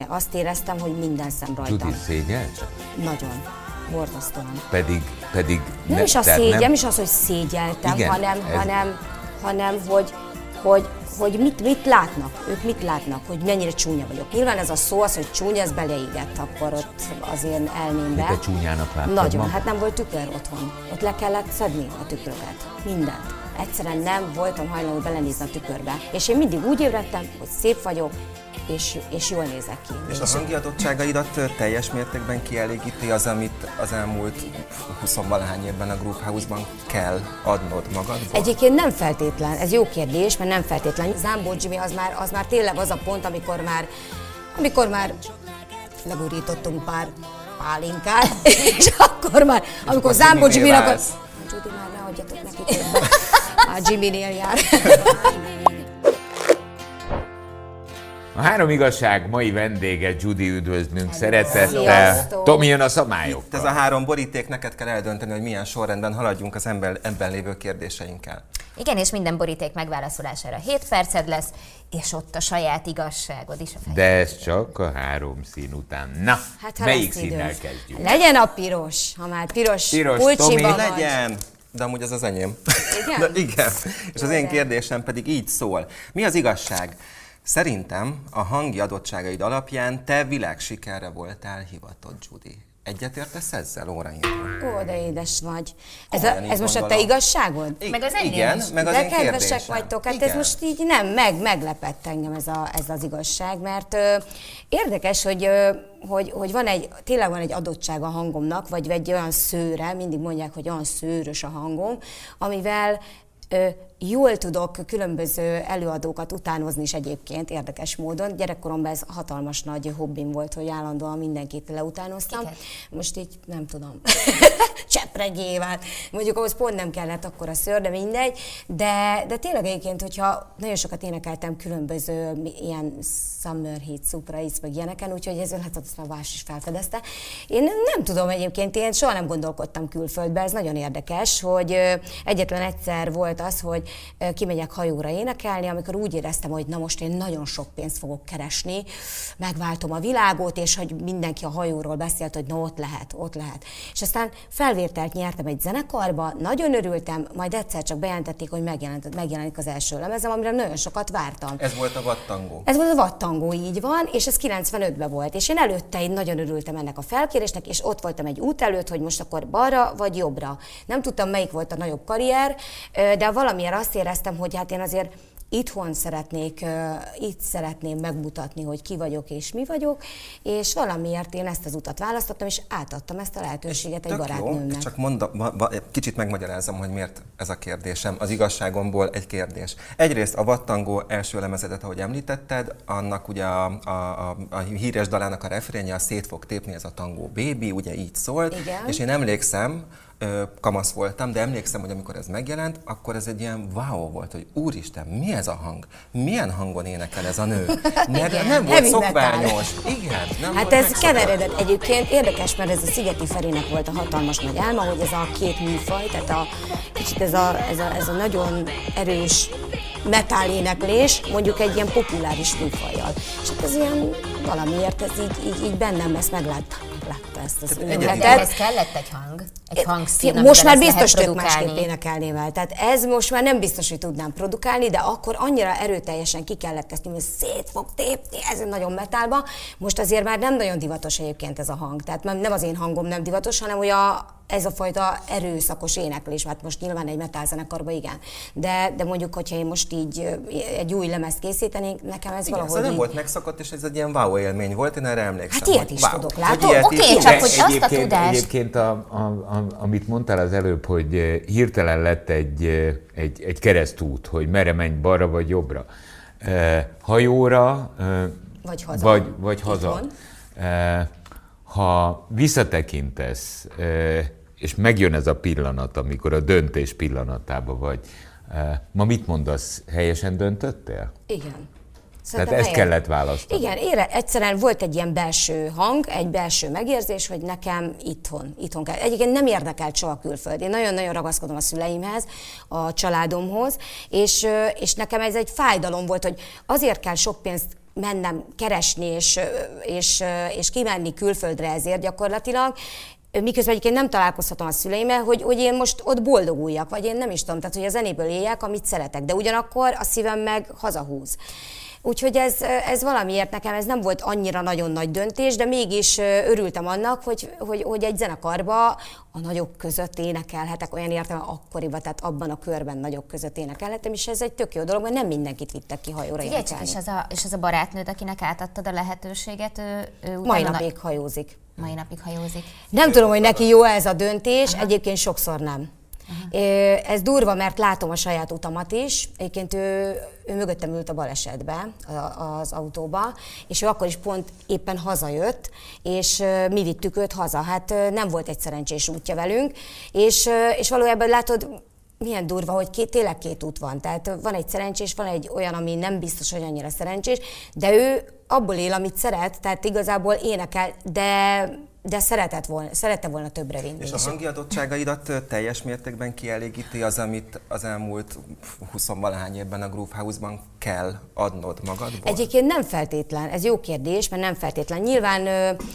azt éreztem, hogy minden szem rajtam. Judy szégyelte? Nagyon. Borzasztóan. Pedig nem is az, hogy szégyeltem, igen, hanem hogy mit látnak, ők mit látnak, hogy mennyire csúnya vagyok. Nyilván ez a szó, az, hogy csúnya, ez beleégett akkor ott az én elmémbe. Te csúnyának láttad nagyon, magad? hát nem volt tükör otthon. Ott le kellett szedni a tükröket, mindent. Egyszerűen nem voltam hajlandó belenézni a tükörbe. És én mindig úgy ébredtem, hogy szép vagyok, és jól nézek ki. És a hangi adottságaidat teljes mértékben kielégíti az, amit az elmúlt 20-valahány évben a Groove House-ban kell adnod magadból? Egyébként nem feltétlen, ez jó kérdés, mert nem feltétlen. Zámbó Jimmy az már tényleg az a pont, amikor már legurítottunk pár pálinkát, és akkor már, amikor Zámbó Jimmy-nak Judy, már ne adjatok neki többet. Már Jimmy-nél jár. A Három Igazság mai vendége, Judy, üdvözlünk szeretettel. Tomi jön a szabályokkal. Itt ez a 3 boríték, neked kell eldönteni, hogy milyen sorrendben haladjunk az ebben lévő kérdéseinkkel. Igen, és minden boríték megválaszolására 7 perced lesz, és ott a saját igazságod is a fejed. De ez csak a 3 szín után. Na, hát, melyik színnel kezdjük? Legyen a piros, ha már piros Tomi, legyen! De amúgy az enyém. Igen? De igen. És az én kérdésem pedig így szól. Mi az igazság? Szerintem a hangi adottságaid alapján te világsikerre voltál hivatott, Judy. Egyetértesz ezzel, Óra Imre? Ó, de édes vagy. Ez most a te igazságod? Meg az enyém igen, is. meg az de én kedvesek kérdésem. vagytok, hát igen. ez most így nem, meglepett engem ez az igazság, mert érdekes, hogy tényleg van egy adottság a hangomnak, vagy egy olyan szőre, mindig mondják, hogy olyan szőrös a hangom, amivel jól tudok különböző előadókat utánozni is egyébként, érdekes módon. Gyerekkoromban ez hatalmas nagy hobbim volt, hogy állandóan mindenkit leutánoztam. Kiket? Most így nem tudom. Cseppregével. Mondjuk ahhoz pont nem kellett akkor a szőr, de mindegy. De tényleg egyébként, hogyha nagyon sokat énekeltem különböző ilyen Summer Hit, Supra Hits, meg ilyeneken, úgyhogy ezzel hát azt a Vás is felfedezte. Én nem tudom egyébként, én soha nem gondolkodtam külföldbe, ez nagyon érdekes, hogy egyetlen egyszer volt az, hogy kimegyek hajóra énekelni, amikor úgy éreztem, hogy na most én nagyon sok pénzt fogok keresni, megváltom a világot, és hogy mindenki a hajóról beszélt, hogy na ott lehet. És aztán felvételt nyertem egy zenekarba, nagyon örültem, majd egyszer csak bejelentették, hogy megjelenik az első lemezem, amire nagyon sokat vártam. Ez volt a Vattangó. Ez volt a Vattangó, így van, és ez 95-ben volt. És én előtte én nagyon örültem ennek a felkérésnek, és ott voltam egy út előtt, hogy most akkor balra vagy jobbra. Nem tudtam, melyik volt a nagyobb karrier, de valamiért azt éreztem, hogy hát én azért itthon itt szeretném megmutatni, hogy ki vagyok és mi vagyok, és valamiért én ezt az utat választottam, és átadtam ezt a lehetőséget egy barátnőmnek. Csak kicsit megmagyarázom, hogy miért ez a kérdésem. Az igazságomból egy kérdés. Egyrészt a Vattangó első lemezedet, ahogy említetted, annak ugye a híres dalának a refrénje, a szét fog tépni ez a tangó baby, ugye így szólt. Igen. És én emlékszem, kamasz voltam, de emlékszem, hogy amikor ez megjelent, akkor ez egy ilyen wow volt, hogy úristen, mi ez a hang? Milyen hangon énekel ez a nő? Nem volt szokványos. Igen, nem hát volt ez megszokott. keveredett egyébként. Érdekes, mert ez a Szigeti Ferének volt a hatalmas nagy álma, hogy ez a két műfaj, tehát kicsit ez a nagyon erős metal éneklés, mondjuk egy ilyen populáris műfajjal. És hát ez ilyen valamiért ez így bennem ezt meglátta ezt az De ehhez kellett egy hang, egy hangszín, most már biztos lehet tök produkálni. másképp énekelnével. Tehát ez most már nem biztos, hogy tudnám produkálni, de akkor annyira erőteljesen ki kellett ezt nyomni, hogy szét fog tépni, ez nagyon metálba. Most azért már nem nagyon divatos egyébként ez a hang. Tehát nem az én hangom nem divatos, hanem hogy ez a fajta erőszakos éneklés, hát most nyilván egy metálzenekarban igen. De mondjuk, hogyha én most így egy új lemezt készítenénk, nekem ez Igen, valahogy szóval nem így... volt megszokott, és ez egy ilyen wow élmény volt, én erre emlékszem. Hát ilyet is tudok, látod? Oké, csak hogy azt a tudást... Egyébként amit mondtál az előbb, hogy hirtelen lett egy keresztút, hogy merre menj, balra vagy jobbra. Hajóra, vagy haza. Vagy haza. Ha visszatekintesz, és megjön ez a pillanat, amikor a döntés pillanatában vagy, ma mit mondasz, helyesen döntöttél? Igen. Tehát ezt kellett választani. Igen, egyszerűen volt egy ilyen belső hang, egy belső megérzés, hogy nekem itthon kell. Egyébként nem érdekelt soha külföld. Én nagyon-nagyon ragaszkodom a szüleimhez, a családomhoz, és nekem ez egy fájdalom volt, hogy azért kell sok pénzt mennem keresni, és kimenni külföldre ezért gyakorlatilag, miközben egyébként nem találkozhatom a szüleimmel, hogy én most ott boldoguljak, vagy én nem is tudom, tehát hogy a zenéből éljek, amit szeretek, de ugyanakkor a szívem meg hazahúz. Úgyhogy ez valamiért nekem ez nem volt annyira nagyon nagy döntés, de mégis örültem annak, hogy egy zenekarba a nagyok között énekelhetek, olyan értelemben akkoriban, tehát abban a körben nagyok között énekelhetem, és ez egy tök jó dolog, mert nem mindenkit vittek ki hajóra énekelni. És az a barátnőd, akinek átadtad a lehetőséget, ő mai napig hajózik. Mai napig hajózik. Nem tudom, hogy neki jó ez a döntés, egyébként sokszor nem. Ez durva, mert látom a saját utamat is. Egyébként ő mögöttem ült a balesetbe, az autóba, és ő akkor is pont éppen hazajött, és mi vittük őt haza. Hát nem volt egy szerencsés útja velünk, és valójában látod, milyen durva, hogy tényleg két út van. Tehát van egy szerencsés, van egy olyan, ami nem biztos, hogy annyira szerencsés, de ő abból él, amit szeret, tehát igazából énekel, de szerette volna többre vinni. És a hangi adottságaidat teljes mértékben kielégíti az, amit az elmúlt 20-valahány évben a Groove House-ban kell adnod magadból? Egyébként nem feltétlen, ez jó kérdés, mert nem feltétlen. Nyilván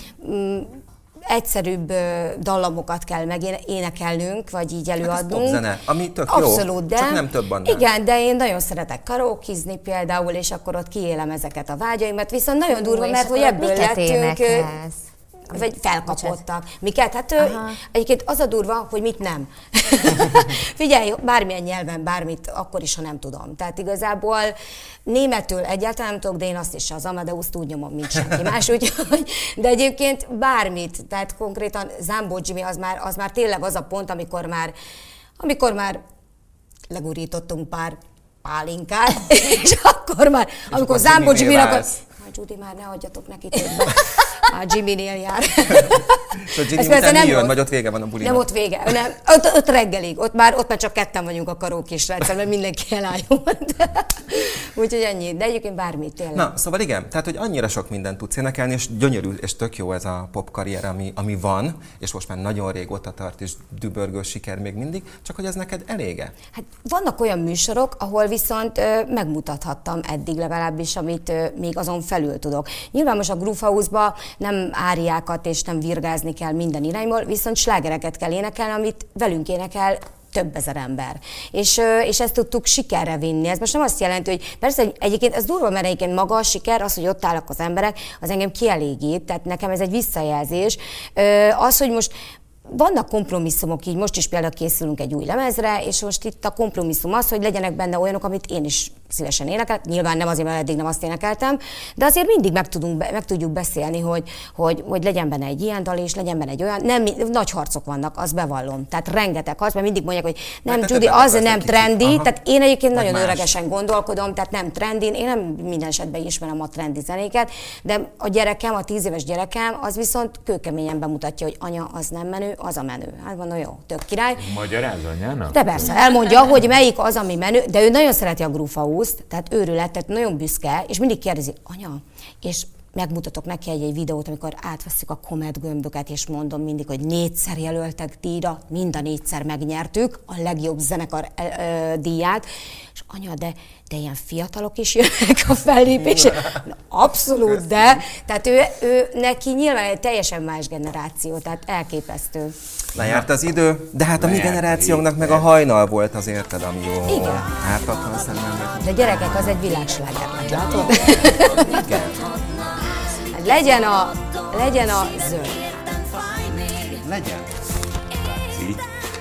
egyszerűbb dallamokat kell megénekelnünk, vagy így előadnunk. Hát ez zene, ami tök abszolút, jó, csak nem több annál. Igen, de én nagyon szeretek karaokizni például, és akkor ott kiélem ezeket a vágyaimat, viszont nagyon durva, mert hogy ebből lettünk... Vagy felkapottak. Miket? Hát egyébként az a durva, hogy mit nem. Figyelj, bármilyen nyelven, bármit, akkor is, ha nem tudom. Tehát igazából németül egyáltalán nem tudok, de én azt is az Amadeuszt úgy nyomom, mint senki más. Úgyhogy, de egyébként bármit, tehát konkrétan Zambó Jimmy az már tényleg az a pont, amikor már legurítottunk pár pálinkát, és akkor már, amikor Zambó Jimmy-nak... Judy, már ne adjatok neki többet. Már Jimmy-nél jár. Szóval Jimmy után mi jön, vagy ott vége van a bulinak? Nem, ott vége. Nem, ott reggelig. Ott már csak ketten vagyunk a karókis sráccal, mert mindenki elájult. Úgyhogy ennyi. De egyébként bármit tényleg. Na, szóval igen, tehát, hogy annyira sok mindent tudsz énekelni, és gyönyörű, és tök jó ez a pop karrier, ami van, és most már nagyon régóta tart, és dübörgő siker még mindig, csak hogy ez neked elége? Hát vannak olyan műsorok, ahol viszont megmutathattam eddig legalábbis, amit még azon felül tudok. Nyilván most a Groove House-ba nem áriákat és nem virgázni kell minden irányból, viszont slágereket kell énekelni, amit velünk énekel több ezer ember. És ezt tudtuk sikerre vinni. Ez most nem azt jelenti, hogy persze egyébként ez durva, mert egyébként maga a siker, az, hogy ott állnak az emberek, az engem kielégít, tehát nekem ez egy visszajelzés. Az, hogy most vannak kompromisszumok, így most is például készülünk egy új lemezre, és most itt a kompromisszum az, hogy legyenek benne olyanok, amit én is szívesen énekelek. Nyilván nem azért, mert eddig nem azt énekeltem, de azért mindig meg tudjuk beszélni, hogy legyen benne egy ilyen dal, és legyen benne egy olyan. Nem, nagy harcok vannak, azt bevallom. Tehát rengeteg harc, mert mindig mondják, hogy nem, Judy, az nem trendi. Aha. Tehát én egyébként nagyon öregesen gondolkodom, tehát nem trendi. Én nem minden esetben ismerem a trendi zenéket, de a gyerekem, a 10 éves gyerekem, az viszont kőkeményen bemutatja, hogy anya, az nem menő, az a menő. Hát mondom, jó, tök király. Magyaráz anyának? De persze, elmondja, hogy melyik az, ami menő, de ő nagyon szereti a Groove House-t, tehát őrület, tehát nagyon büszke, és mindig kérdezi, anya, és megmutatok neki egy videót, amikor átveszik a Comet gömböket, és mondom mindig, hogy 4-szer jelöltek díjra, mind a 4-szer megnyertük a legjobb zenekar díját, és anya, de ilyen fiatalok is jönnek a fellépésre. Abszolút, de. Tehát ő neki nyilván egy teljesen más generáció, tehát elképesztő. Lejárt az idő, de hát a mi generációnknak meg a hajnal volt az, érted, ami jó. Igen. Ártatlan szemben. De gyerekek, az egy világsláger lett, látod? Igen. Legyen a zöld. Legyen. Látszik.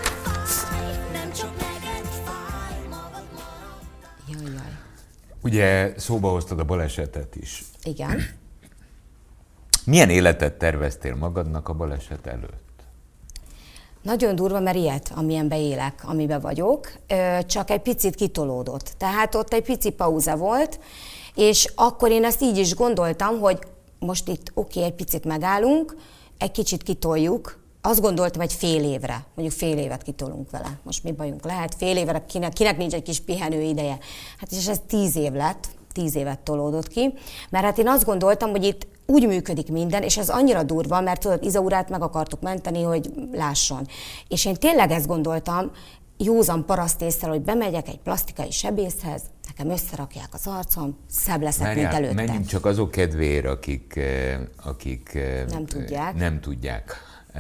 Jaj. Ugye szóba hoztad a balesetet is. Igen. Milyen életet terveztél magadnak a baleset előtt? Nagyon durva, mert ilyet, amilyenben élek, amiben vagyok, csak egy picit kitolódott. Tehát ott egy pici pauza volt, és akkor én ezt így is gondoltam, hogy most itt egy picit megállunk, egy kicsit kitoljuk. Azt gondoltam, hogy fél évre, mondjuk fél évet kitolunk vele. Most mi bajunk lehet? Fél évre kinek nincs egy kis pihenő ideje? Hát és ez 10 év lett, 10 évet tolódott ki, mert hát én azt gondoltam, hogy itt úgy működik minden, és ez annyira durva, mert tudod, Izaurát meg akartuk menteni, hogy lásson. És én tényleg ezt gondoltam, józan parasztészsel, hogy bemegyek egy plastikai sebészhez, nekem összerakják az arcom, szebb leszek, mint előtte. Menjünk csak azok kedvéért, akik nem tudják.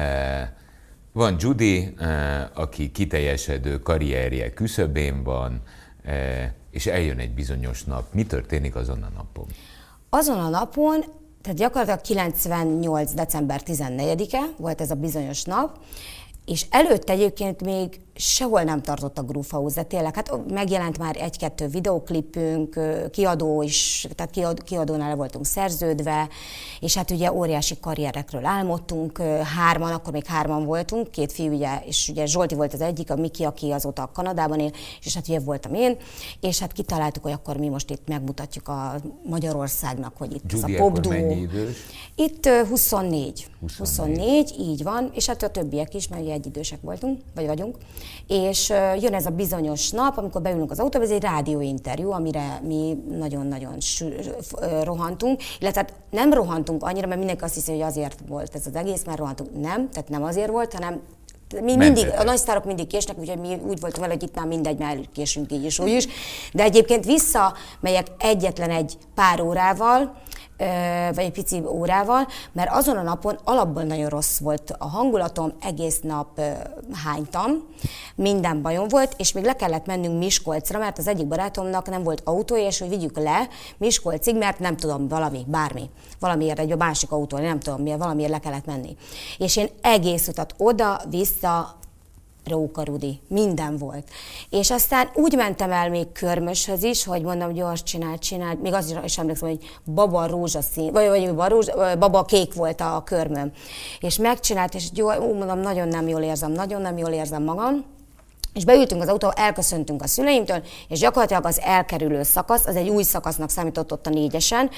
Van Judy, aki kiteljesedő karrierje küszöbén van, és eljön egy bizonyos nap. Mi történik azon a napon? Azon a napon, tehát gyakorlatilag 98. december 14-e volt ez a bizonyos nap, és előtte egyébként még sehol nem tartott a Groove, de tényleg, hát megjelent már egy-kettő videoklipünk, kiadó is, tehát kiadónál voltunk szerződve, és hát ugye óriási karrierekről álmodtunk, akkor még hárman voltunk, 2 fiú, ugye, és ugye Zsolti volt az egyik, a Miki, aki azóta a Kanadában él, és hát ugye voltam én, és hát kitaláltuk, hogy akkor mi most itt megmutatjuk a Magyarországnak, hogy itt Judy, ez a popduó. mennyi idős? Itt 24, így van, és hát a többiek is, mert ugye egyidősek voltunk, vagy vagyunk, és jön ez a bizonyos nap, amikor beülünk az autóba, ez egy rádióinterjú, amire mi nagyon-nagyon rohantunk, illetve hát nem rohantunk annyira, mert mindenki azt hiszi, hogy azért volt ez az egész, mert rohantunk. Nem, tehát nem azért volt, hanem mi mindig, a nagy sztárok mindig késnek, úgyhogy mi úgy voltunk vele, hogy itt már mindegy, már késünk így is, úgy is. De egyébként visszamegyek egyetlen egy pár órával, vagy egy pici órával, mert azon a napon alapból nagyon rossz volt a hangulatom, egész nap hánytam, minden bajom volt, és még le kellett mennünk Miskolcra, mert az egyik barátomnak nem volt autója, és hogy vigyük le Miskolcig, mert nem tudom, valamiért egy másik autó, nem tudom miért, valamiért le kellett menni. És én egész utat oda-vissza, Róka Rudi, minden volt. És aztán úgy mentem el még Körmöshöz is, hogy mondom, gyors, csinál. Még azt is emlékszem, hogy baba rózsaszín, vagy baba kék volt a körmöm. És megcsinált, és mondom, nagyon nem jól érzem magam. És beültünk az autóba, elköszöntünk a szüleimtől, és gyakorlatilag az elkerülő szakasz, az egy új szakasznak számított ott a 4-esen,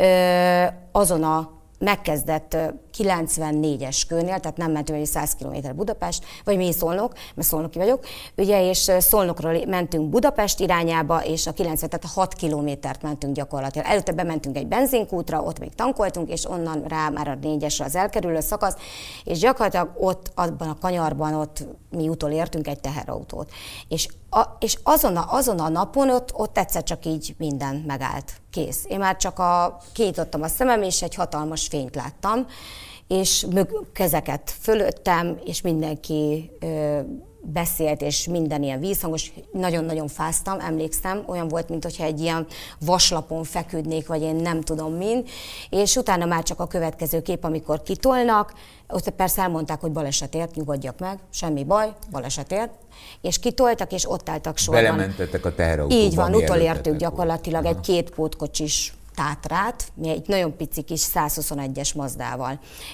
azon a megkezdett 94-es körnél, tehát nem mentünk egy 100 km Budapest, vagy mi Szolnok, mert szolnoki vagyok, ugye, és Szolnokról mentünk Budapest irányába, és a 90, tehát 6 kilométert mentünk gyakorlatilag. Előtte bementünk egy benzinkútra, ott még tankoltunk, és onnan rá már a 4-esre az elkerülő szakasz, és gyakorlatilag ott, abban a kanyarban, ott mi utolértünk egy teherautót. És azon a napon ott egyszer csak így minden megállt. Kész. Én már csak kinyitottam a szemem, és egy hatalmas fényt láttam, és kezeket fölöttem, és mindenki beszélt, és minden ilyen vízhangos, nagyon-nagyon fáztam, emlékszem, olyan volt, mintha egy ilyen vaslapon feküdnék, vagy én nem tudom min, és utána már csak a következő kép, amikor kitolnak, ott persze elmondták, hogy balesetért, nyugodjak meg, semmi baj, balesetért, és kitoltak, és ott álltak sorban. Belementettek a teherautóba. Így van, utolértük gyakorlatilag egy 2 pótkocsis Tátrát, egy nagyon pici kis 121-es Mazdával.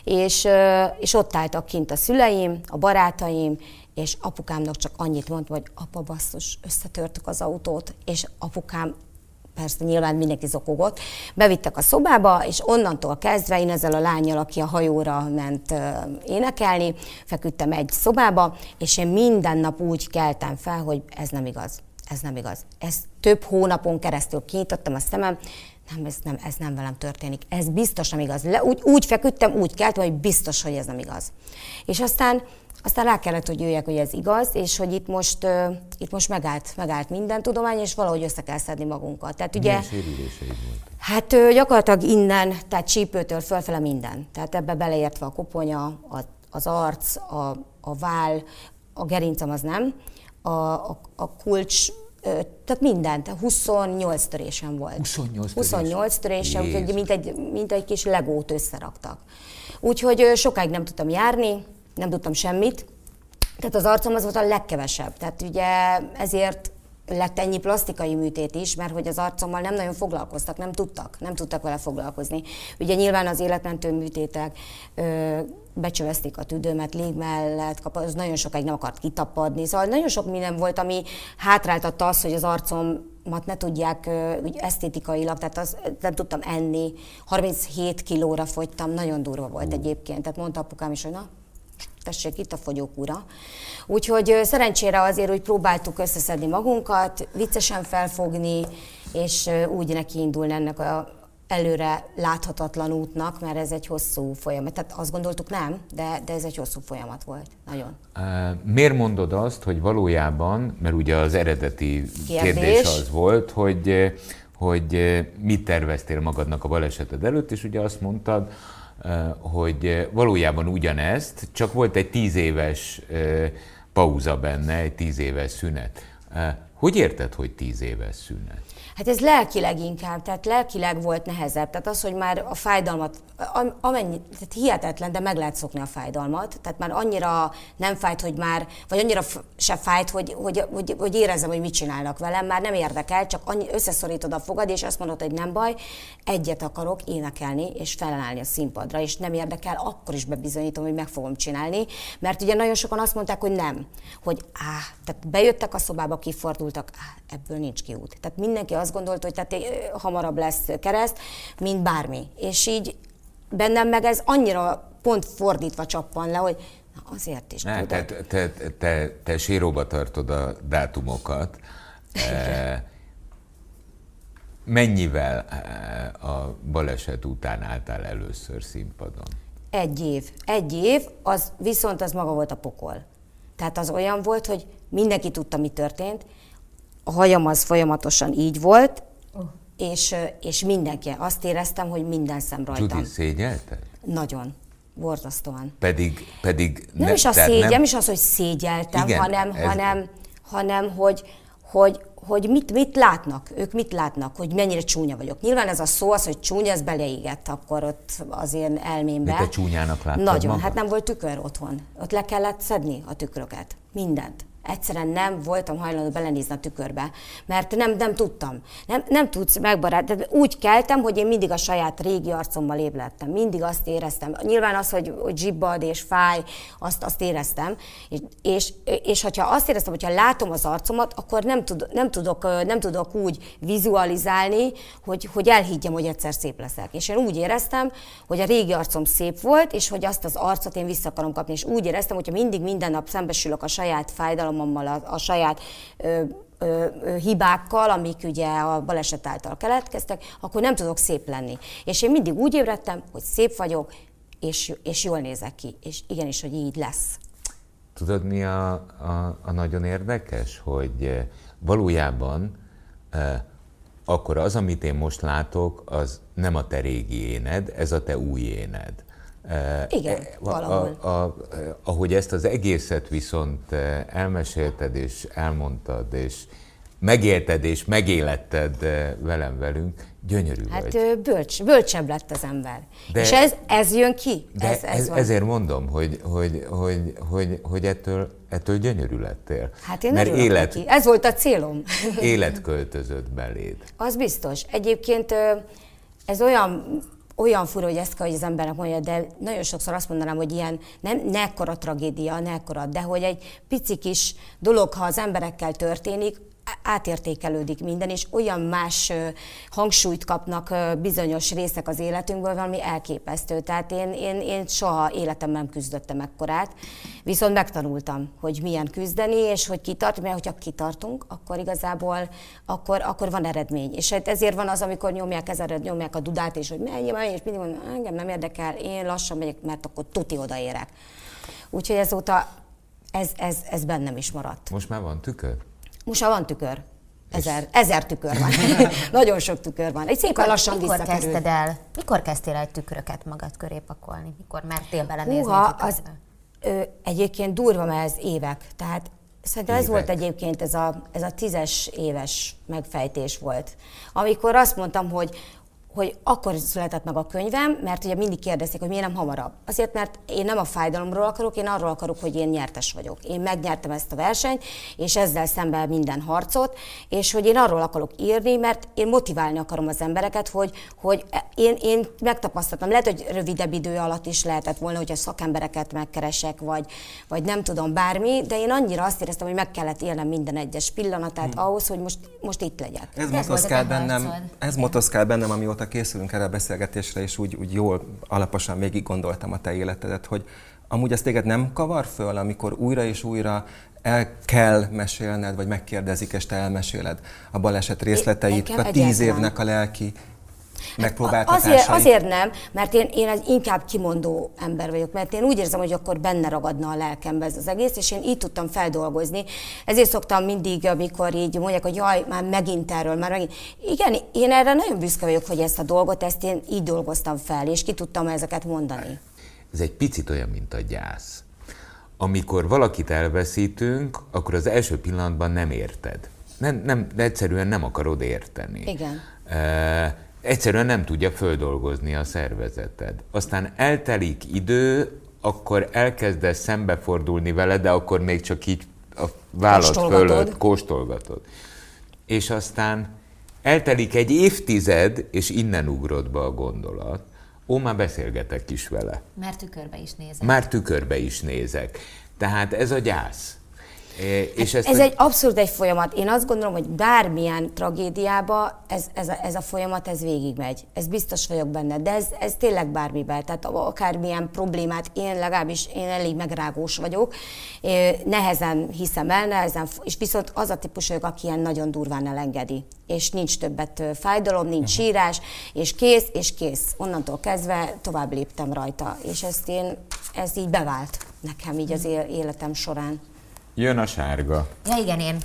És ott álltak kint a szüleim, a barátaim, és apukámnak csak annyit mondta, hogy apa basszus, összetörtük az autót, és apukám, persze nyilván mindenki zokogott, bevittek a szobába, és onnantól kezdve én ezzel a lánnyal, aki a hajóra ment énekelni, feküdtem egy szobába, és én minden nap úgy keltem fel, hogy ez nem igaz. Ez több hónapon keresztül kinyitottam a szemem, ez nem velem történik. Ez biztos nem igaz. Úgy feküdtem, úgy keltem, hogy biztos, hogy ez nem igaz. És aztán rá kellett, hogy jöjjek, hogy ez igaz, és hogy itt most megállt minden tudomány, és valahogy össze kell szedni magunkat. Tehát ugye, milyen sérüléseid voltak? Hát gyakorlatilag innen, tehát csípőtől fölfele minden. Tehát ebbe beleértve a koponya, az arc, a váll, a gerincem az nem, a kulcs, tehát minden, tehát 28 törésem volt. 28 törésem, úgyhogy mint egy kis legót összeraktak. Úgyhogy sokáig nem tudtam járni, nem tudtam semmit, tehát az arcom az volt a legkevesebb. Tehát ugye ezért lett ennyi plastikai műtét is, mert hogy az arcommal nem nagyon foglalkoztak, nem tudtak vele foglalkozni. Ugye nyilván az életmentő műtétek, becsövezték a tüdőmet, lég mellett, az nagyon sokáig nem akart kitapadni, szóval nagyon sok minden volt, ami hátráltatta azt, hogy az arcomat ne tudják úgy esztétikailag, tehát nem tudtam enni, 37 kilóra fogytam, nagyon durva volt egyébként, tehát mondta apukám is, hogy na, tessék, itt a fogyókúra. Úgyhogy szerencsére azért úgy próbáltuk összeszedni magunkat, viccesen felfogni, és úgy nekiindulni ennek előre láthatatlan útnak, mert ez egy hosszú folyamat. Tehát azt gondoltuk nem, de ez egy hosszú folyamat volt. Nagyon. Miért mondod azt, hogy valójában, mert ugye az eredeti kérdés az volt, hogy mit terveztél magadnak a baleseted előtt, és ugye azt mondtad, hogy valójában ugyanezt, csak volt egy 10 éves pauza benne, egy 10 éves szünet. Hogy érted, hogy 10 éves szünet? Hát ez lelkileg inkább, tehát lelkileg volt nehezebb. Tehát az, hogy már a fájdalmat, tehát hihetetlen, de meg lehet szokni a fájdalmat. Tehát már annyira nem fájt, hogy már, vagy annyira se fájt, hogy érezzem, hogy mit csinálnak velem, már nem érdekel, csak összeszorítod a fogad, és azt mondod, hogy nem baj, egyet akarok énekelni, és felállni a színpadra, és nem érdekel, akkor is bebizonyítom, hogy meg fogom csinálni, mert ugye nagyon sokan azt mondták, hogy nem, hogy tehát bejöttek a szobába, kifordultak, ebből nincs kiút. Tehát mindenki azt gondolta, hogy tehát hamarabb lesz kereszt, mint bármi. És így bennem meg ez annyira pont fordítva csappan le, hogy azért is tudod. Te séróba tartod a dátumokat. Mennyivel a baleset után álltál először színpadon? 1 év. 1 év, viszont az maga volt a pokol. Tehát az olyan volt, hogy mindenki tudta, mi történt, a hajam az folyamatosan így volt, és mindenki. Azt éreztem, hogy minden szem rajtam. Judy, szégyelted? Nagyon. Borzasztóan. Pedig nem is az, hogy szégyeltem, igen, hanem hogy mit látnak, ők mit látnak, hogy mennyire csúnya vagyok. Nyilván ez a szó, az, hogy csúnya, ez beleégett akkor ott az én elmémbe. De te csúnyának láttad nagyon, magad? Hát nem volt tükör otthon. Ott le kellett szedni a tükröket. Mindent. Egyszerűen nem voltam hajlandó belenézni a tükörbe, mert nem tudtam. Nem tudsz megbarátkozni. Úgy keltem, hogy én mindig a saját régi arcommal ébredtem. Mindig azt éreztem. Nyilván az, hogy zsibbad és fáj, azt éreztem. És hogyha azt éreztem, hogyha látom az arcomat, akkor nem tudok úgy vizualizálni, hogy elhiggyem, hogy egyszer szép leszek. És én úgy éreztem, hogy a régi arcom szép volt, és hogy azt az arcot én vissza akarom kapni. És úgy éreztem, hogyha mindig minden nap szembesülök a saját fájdalom, a saját hibákkal, amik ugye a baleset által keletkeztek, akkor nem tudok szép lenni. És én mindig úgy ébredtem, hogy szép vagyok, és jól nézek ki. És igenis, hogy így lesz. Tudod, mi a nagyon érdekes? Hogy valójában akkor az, amit én most látok, az nem a te régi éned, ez a te új éned. Igen, valahol. Ahogy ezt az egészet viszont elmesélted, és elmondtad, és megélted, és megéletted velünk, gyönyörű vagy. Hát bölcsebb lett az ember. És ez jön ki. Ezért mondom, hogy ettől gyönyörű lettél. Hát én örülök neki. Ez volt a célom. Élet költözött beléd. Az biztos. Egyébként ez olyan fura, hogy ezt kell, hogy az embernek mondja, de nagyon sokszor azt mondanám, hogy ilyen ne ekkora tragédia, ne ekkora, de hogy egy pici kis dolog, ha az emberekkel történik, átértékelődik minden, és olyan más hangsúlyt kapnak bizonyos részek az életünkből, valami elképesztő. Tehát én soha életemben nem küzdöttem ekkorát, viszont megtanultam, hogy milyen küzdeni, és hogy kitartani, mert hogyha kitartunk, akkor igazából akkor van eredmény. És ezért van az, amikor nyomják a dudát, és hogy menj, és mindig mondom, engem nem érdekel, én lassan megyek, mert akkor tuti odaérek. Úgyhogy ezóta ez bennem is maradt. Most már van tükör? Most már van tükör. 1000 tükör van. Nagyon sok tükör van. Egy szépen lassan visszakerül. Mikor kezdtél el tükröket magad köré pakolni? Mikor mertél belenézni a tükörbe? Egyébként durva, mert ez évek. Tehát szerintem ez volt egyébként ez a 10-es éves megfejtés volt. Amikor azt mondtam, hogy akkor született meg a könyvem, mert ugye mindig kérdezték, hogy miért nem hamarabb. Azért, mert én nem a fájdalomról akarok, én arról akarok, hogy én nyertes vagyok. Én megnyertem ezt a versenyt, és ezzel szemben minden harcot, és hogy én arról akarok írni, mert én motiválni akarom az embereket, hogy én megtapasztaltam. Lehet, hogy rövidebb idő alatt is lehetett volna, hogyha szakembereket megkeresek, vagy nem tudom bármi, de én annyira azt éreztem, hogy meg kellett élnem minden egyes pillanatát ahhoz, hogy most itt legyek. Ez motoszkál bennem, amióta készülünk erre a beszélgetésre, és úgy jól, alaposan végig gondoltam a te életedet, hogy amúgy ezt téged nem kavar föl, amikor újra és újra el kell mesélned, vagy megkérdezik, és te elmeséled a baleset részleteit, a 10 évnek a lelki megpróbáltatásai? Azért nem, mert én egy inkább kimondó ember vagyok, mert én úgy érzem, hogy akkor benne ragadna a lelkembe ez az egész, és én így tudtam feldolgozni. Ezért szoktam mindig, amikor így mondják, hogy jaj, már megint erről, már megint. Igen, én erre nagyon büszke vagyok, hogy ezt a dolgot, ezt én így dolgoztam fel, és ki tudtam ezeket mondani. Ez egy picit olyan, mint a gyász. Amikor valakit elveszítünk, akkor az első pillanatban nem érted. De egyszerűen nem akarod érteni. Igen. Egyszerűen nem tudja földolgozni a szervezeted. Aztán eltelik idő, akkor elkezdesz szembefordulni vele, de akkor még csak így a vállad fölött kóstolgatod. És aztán eltelik egy évtized, és innen ugrott be a gondolat. Már beszélgetek is vele. Már tükörbe is nézek. Tehát ez a gyász. És ez egy abszolút egy folyamat. Én azt gondolom, hogy bármilyen tragédiába ez a folyamat ez végigmegy. Ez biztos vagyok benne, de ez tényleg bármiben. Tehát akármilyen problémát, én elég megrágós vagyok, nehezen hiszem el, és viszont az a típus vagyok, aki ilyen nagyon durván elengedi. És nincs többet fájdalom, nincs sírás, és kész. Onnantól kezdve tovább léptem rajta. És ez így bevált nekem így az életem során. Jön a sárga. Ja, igen, én.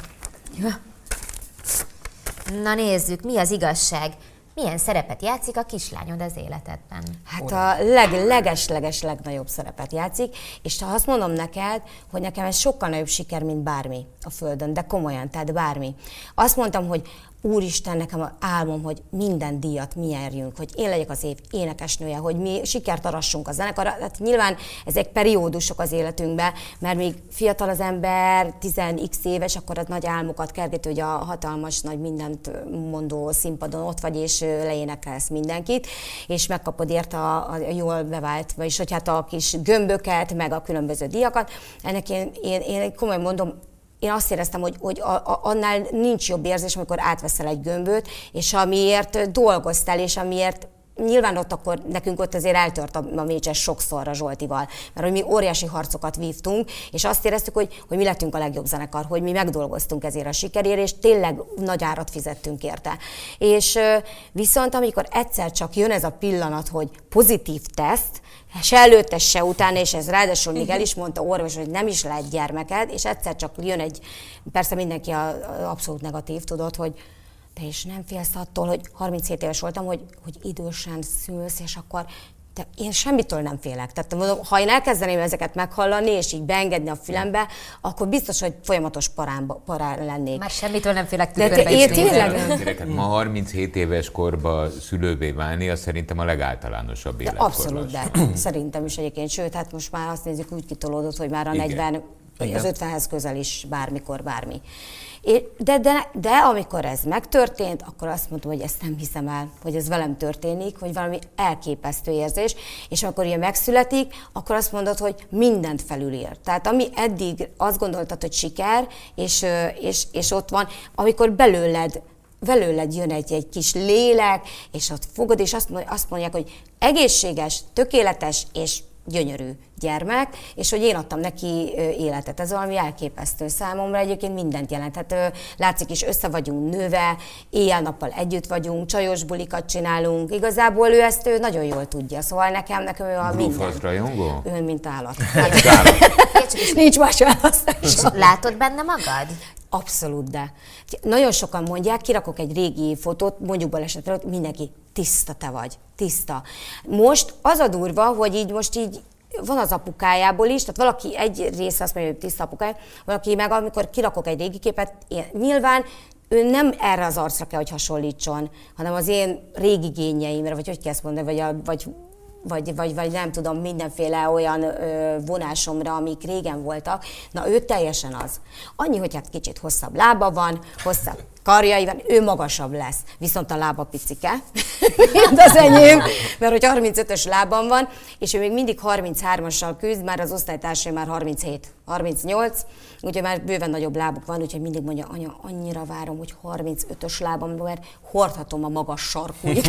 Na nézzük, mi az igazság? Milyen szerepet játszik a kislányod az életedben? Hát a legnagyobb szerepet játszik, és ha azt mondom neked, hogy nekem ez sokkal nagyobb siker, mint bármi a Földön, de komolyan, tehát bármi. Azt mondtam, hogy Úristen, nekem álmom, hogy minden díjat mi nyerjünk, hogy én legyek az év énekesnője, hogy mi sikert arassunk a zenekarra. Hát nyilván ezek periódusok az életünkben, mert még fiatal az ember, 10x éves, akkor az nagy álmokat kerget, hogy a hatalmas, nagy mindent mondó színpadon ott vagy, és leénekelsz mindenkit, és megkapod érte a jól bevált, vagyis hogy hát a kis gömböket, meg a különböző díjakat. Ennek én komolyan mondom, én azt éreztem, hogy annál nincs jobb érzés, amikor átveszel egy gömböt, és amiért dolgoztál, és amiért nyilván nekünk ott azért eltört a mécses sokszor a Zsoltival, mert hogy mi óriási harcokat vívtunk, és azt éreztük, hogy mi lettünk a legjobb zenekar, hogy mi megdolgoztunk ezért a sikerért, és tényleg nagy árat fizettünk érte. És viszont amikor egyszer csak jön ez a pillanat, hogy pozitív teszt, se előtte, se utána, és ez ráadásul még el is mondta orvos, hogy nem is lehet gyermeked, és egyszer csak jön persze mindenki abszolút negatív, tudod, hogy te is nem félsz attól, hogy 37 éves voltam, hogy idősen szülsz, és akkor én semmitől nem félek. Tehát mondom, ha én elkezdeném ezeket meghallani, és így beengedni a fülembe, akkor biztos, hogy folyamatos parán lennék. Már semmitől nem félek, tükörbe is nézek. Ma 37 éves korba szülővé válni, az szerintem a legáltalánosabb életkorban. Abszolút, de szerintem is egyébként. Sőt, hát most már azt nézzük, úgy kitolódott, hogy már a 40, az 50-hez közel is bármikor, bármi. De amikor ez megtörtént, akkor azt mondtam, hogy ezt nem hiszem el, hogy ez velem történik, hogy valami elképesztő érzés, és amikor ilyen megszületik, akkor azt mondod, hogy mindent felülír. Tehát ami eddig azt gondoltad, hogy siker, és ott van, amikor belőled jön egy kis lélek, és ott fogod, és azt mondják, hogy egészséges, tökéletes, és gyönyörű gyermek, és hogy én adtam neki életet. Ez valami elképesztő számomra, egyébként mindent jelent. Hát látszik is, össze vagyunk nőve, éjjel-nappal együtt vagyunk, csajos bulikat csinálunk. Igazából ő ezt nagyon jól tudja, szóval nekem ő a minden. Rajongó? Ő mint állat. Nincs más választás. Látod benne magad? Abszolút, de. Nagyon sokan mondják, kirakok egy régi fotót, mondjuk balesetre, mindenki, tiszta te vagy, tiszta. Most az a durva, hogy most van az apukájából is, tehát valaki egy része azt mondja, hogy tiszta apukája, valaki meg amikor kirakok egy régi képet, nyilván ő nem erre az arcra kell, hogy hasonlítson, hanem az én régi génjeimre, vagy hogy kell ezt mondani, vagy nem tudom, mindenféle olyan vonásomra, amik régen voltak. Na, ő teljesen az. Annyi, hogy hát kicsit hosszabb lába van, hosszabb karjai van, ő magasabb lesz. Viszont a lába picike, mint az enyém, mert hogy 35-ös lábam van, és ő még mindig 33-assal küzd, már az osztálytársai már 37, 38, úgyhogy már bőven nagyobb lábuk van, úgyhogy mindig mondja, anya, annyira várom, hogy 35-ös lábam, mert hordhatom a magas sarkújt.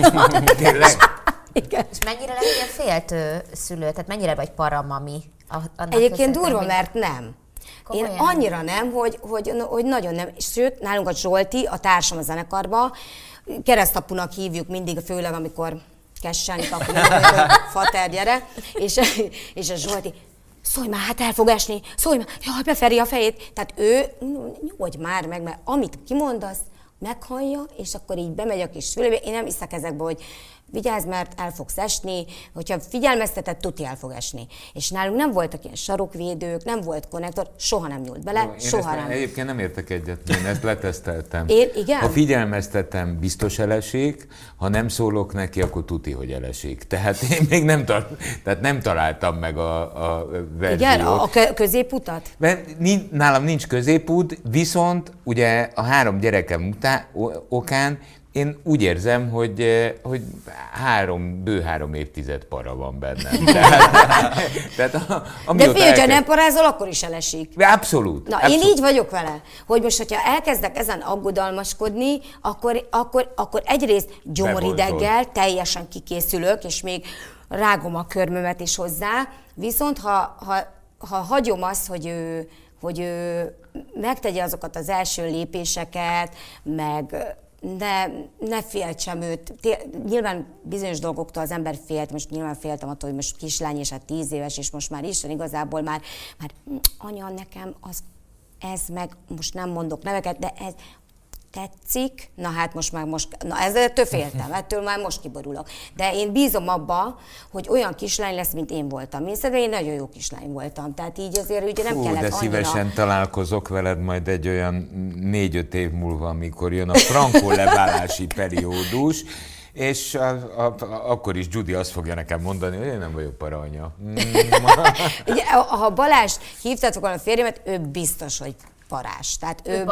Igen. És mennyire lehet ilyen féltő szülő? Tehát mennyire vagy paramami? Egyébként durva, mert nem. Komolyan. Én annyira nem, hogy nagyon nem. Sőt, nálunk a Zsolti, a társam a zenekarban, keresztapunak hívjuk mindig, főleg amikor kesselni, akkor fater, gyere, és a Zsolti, szólj már, hát el fog esni, szólj már, jaj, beferi a fejét. Tehát ő, nyugodj már meg, mert amit kimondasz, meghallja, és akkor így bemegy a kis szülőbe. Én nem hiszek ezekbe, hogy vigyázz, mert el fogsz esni, hogyha figyelmezteted, tuti el fog esni. És nálunk nem voltak ilyen sarokvédők, nem volt konnektor, soha nem nyúlt bele, jó, soha nem. Egyébként nem értek egyet, én ezt leteszteltem. Igen? Ha figyelmeztetem, biztos elesik, ha nem szólok neki, akkor tuti, hogy elesik. Tehát én még nem találtam meg a verziót. Igen, a középutat? Nálam nincs középút, viszont ugye a 3 gyerekem okán én úgy érzem, hogy bő 3 évtized para van bennem. De figyelj, ha nem parázol, akkor is elesik. Abszolút. Na, abszolút. Én így vagyok vele, hogy most, hogyha elkezdek ezen aggodalmaskodni, akkor egyrészt gyomorideggel teljesen kikészülök, és még rágom a körmömet is hozzá, viszont ha hagyom azt, hogy ő megtegye azokat az első lépéseket, meg ne féltsem őt. Nyilván bizonyos dolgoktól az ember félt, most nyilván féltem attól, hogy most kislány, és hát 10 éves, és most már Isten igazából már anya, nekem ez meg, most nem mondok neveket, de ez tetszik, na hát ettől féltem, ettől már most kiborulok. De én bízom abba, hogy olyan kislány lesz, mint én voltam. Én szerintem én nagyon jó kislány voltam, tehát így azért ugye nem kellett de szívesen annyira... találkozok veled majd egy olyan 4-5 év múlva, amikor jön a frankó leválási periódus, és akkor is Judy azt fogja nekem mondani, hogy én nem vagyok paranya. Ha Balást hívtátok volna a férjemet, ő biztos, hogy parás. Tehát ő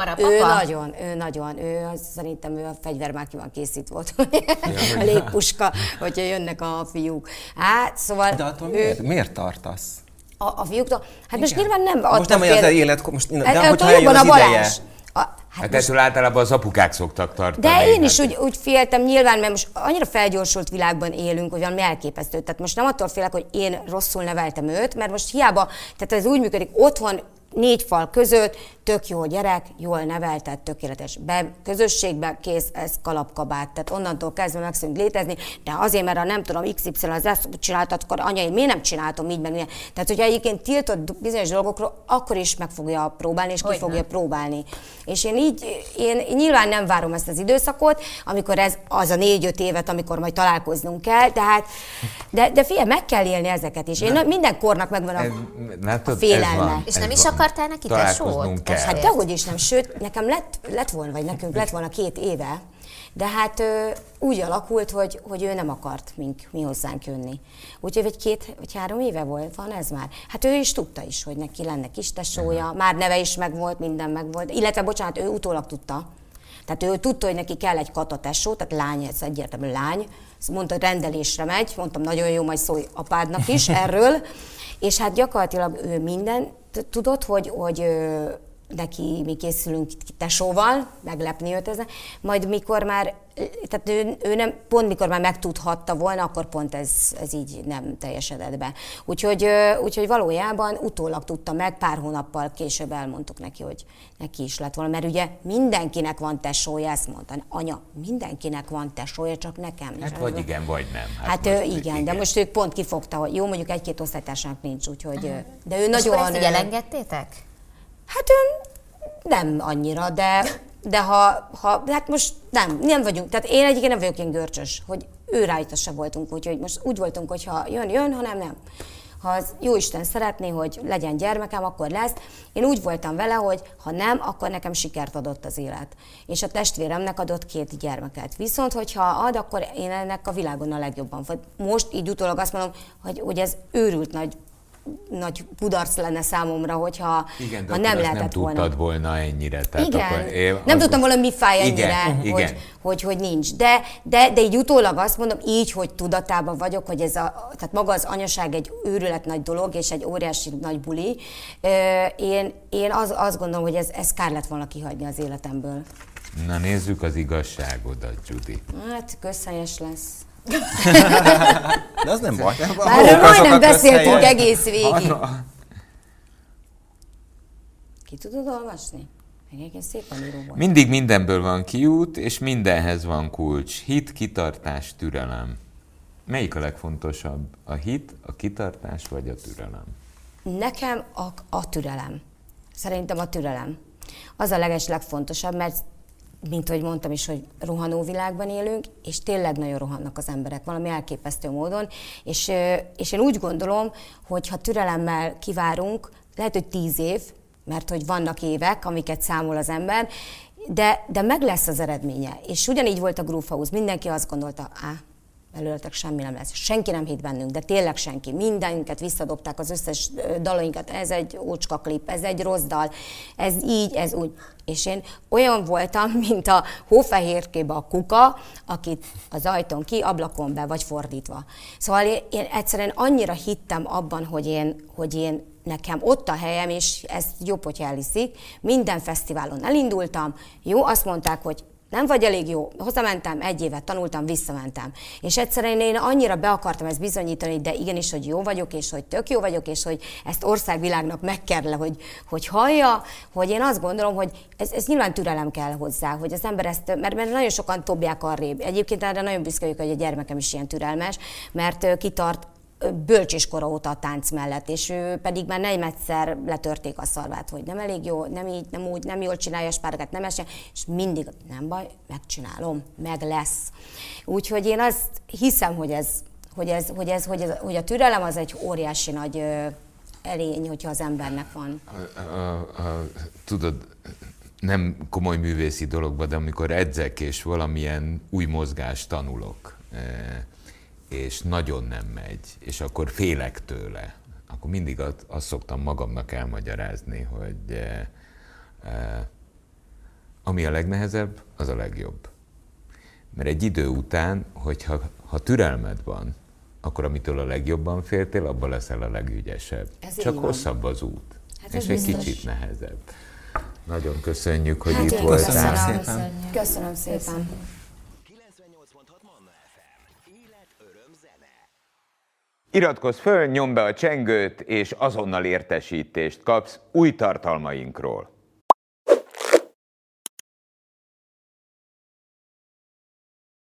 nagyon, szerintem ő a fegyver már ki van készítve volt, a légpuska, hogyha jönnek a fiúk. Hát, szóval... De attól miért tartasz? A fiúktól? Hát most nyilván nem most nem olyan az élet, de hogyha eljön az ideje. Hát ettől általában az apukák szoktak tartani. De én is úgy féltem nyilván, mert most annyira felgyorsult világban élünk, hogy valami elképesztő. Tehát most nem attól félek, hogy én rosszul neveltem őt, mert most hiába, tehát ez úgy működik, otthon 4 fal között, tök jó gyerek, jól nevelted, tökéletes. Közösségbe kész, ez kalapkabát. Tehát onnantól kezdve megszűnt létezni, de azért, mert nem tudom, XY az ezt csináltat, akkor anya, én miért nem csináltam így, meg ilyen. Tehát, hogyha egyébként tiltott bizonyos dolgokról, akkor is meg fogja próbálni, és ki fogja próbálni. És én nyilván nem várom ezt az időszakot, amikor ez az a 4-5 évet, amikor majd találkoznunk kell, tehát, de figyelj, meg kell élni ezeket is. Minden kornak megvan a félelme. És nem is akartál neki tesót? Hát dehogy is nem, sőt, nekem lett volna, vagy nekünk lett volna 2 éve, de hát úgy alakult, hogy ő nem akart mi hozzánk jönni. Úgyhogy 2 vagy 3 éve van ez már. Hát ő is tudta is, hogy neki lenne kis tesója, már neve is megvolt, minden megvolt. Illetve, bocsánat, ő utólag tudta. Tehát ő tudta, hogy neki kell egy katatesó, tehát lány, ez egyértelmű lány. Mondta, hogy rendelésre megy, mondtam, nagyon jó, majd szólj apádnak is erről. És hát gyakorlatilag ő minden tudott, hogy neki mi készülünk tesóval, meglepni őt ezen, majd mikor már, tehát ő nem, pont mikor már megtudhatta volna, akkor pont ez így nem teljesedett be. Úgyhogy valójában utólag tudta meg, pár hónappal később elmondtuk neki, hogy neki is lett volna, mert ugye mindenkinek van tesója, ezt mondta, anya, mindenkinek van tesója, csak nekem. Hát vagy igen, vagy nem. Hát igen, de most ők pont kifogta, hogy jó, mondjuk 1-2 osztálytársának nincs, úgyhogy, de ő és nagyon... akkor ezt így elengedtétek? Hát nem annyira, de hát most nem vagyunk, tehát én egyébként nem vagyok ilyen görcsös, hogy ő rajta se voltunk, úgyhogy most úgy voltunk, hogy ha jön, ha nem. Ha az Jóisten szeretné, hogy legyen gyermekem, akkor lesz. Én úgy voltam vele, hogy ha nem, akkor nekem sikert adott az élet. És a testvéremnek adott 2 gyermeket. Viszont, hogyha ad, akkor én ennek a világon a legjobban. Most így utólag azt mondom, hogy ez őrült nagy kudarc lenne számomra, hogyha igen, ha nem lehetett nem tudtad volna ennyire. Tehát igen, akkor nem tudtam volna, mi fáj ennyire, igen. Hogy nincs. De így utólag azt mondom, így, hogy tudatában vagyok, hogy tehát maga az anyaság egy őrület nagy dolog, és egy óriási nagy buli. Én azt gondolom, hogy ez kár lett volna kihagyni az életemből. Na nézzük az igazságodat, Judy. Hát közhelyes lesz. De az nem baj. Már majdnem beszéltünk egész végig. Ki tudod olvasni? Igen, szépen író volt. Mindig mindenből van kiút, és mindenhez van kulcs. Hit, kitartás, türelem. Melyik a legfontosabb? A hit, a kitartás vagy a türelem? Nekem a türelem. Szerintem a türelem. Az a legfontosabb, mert mint ahogy mondtam is, hogy rohanó világban élünk, és tényleg nagyon rohannak az emberek valami elképesztő módon, és én úgy gondolom, hogy ha türelemmel kivárunk, lehet, hogy 10 év, mert hogy vannak évek, amiket számol az ember, de meg lesz az eredménye. És ugyanígy volt a Groove House, mindenki azt gondolta, belőletek semmi nem lesz. Senki nem hitt bennünk, de tényleg senki. Mindenünket visszadobták, az összes dalainkat. Ez egy ócska klip, ez egy rossz dal, ez így, ez úgy. És én olyan voltam, mint a hófehérkébe a kuka, akit az ajtón ki, ablakon be, vagy fordítva. Szóval én egyszerűen annyira hittem abban, hogy én nekem ott a helyem, és ezt jobb, hogyha elhiszik. Minden fesztiválon elindultam, jó, azt mondták, hogy nem vagy elég jó, hazamentem, 1 évet tanultam, visszamentem. És egyszerűen én annyira be akartam ezt bizonyítani, de igenis, hogy jó vagyok, és hogy tök jó vagyok, és hogy ezt országvilágnak meg kell, hogy hallja, hogy én azt gondolom, hogy ez nyilván türelem kell hozzá, hogy az ember ezt, mert nagyon sokan dobják arrébb. Egyébként erre nagyon büszke vagyok, hogy a gyermekem is ilyen türelmes, mert kitart bölcsiskora óta a tánc mellett, és ő pedig már egyszer letörték a szarvát, hogy nem elég jó, nem így, nem úgy, nem jól csinálja a spárgát, nem esik, és mindig nem baj, megcsinálom, meg lesz. Úgyhogy én azt hiszem, hogy a türelem az egy óriási nagy erény, hogyha az embernek van. Tudod, nem komoly művészi dologban, de amikor edzek és valamilyen új mozgást tanulok, és nagyon nem megy, és akkor félek tőle, akkor mindig azt szoktam magamnak elmagyarázni, hogy ami a legnehezebb, az a legjobb. Mert egy idő után, ha türelmed van, akkor amitől a legjobban féltél, abban leszel a legügyesebb. Csak hosszabb az út, és egy kicsit nehezebb. Nagyon köszönjük, hogy itt voltál. Köszönöm szépen. Iratkozz föl, nyomd be a csengőt, és azonnal értesítést kapsz új tartalmainkról.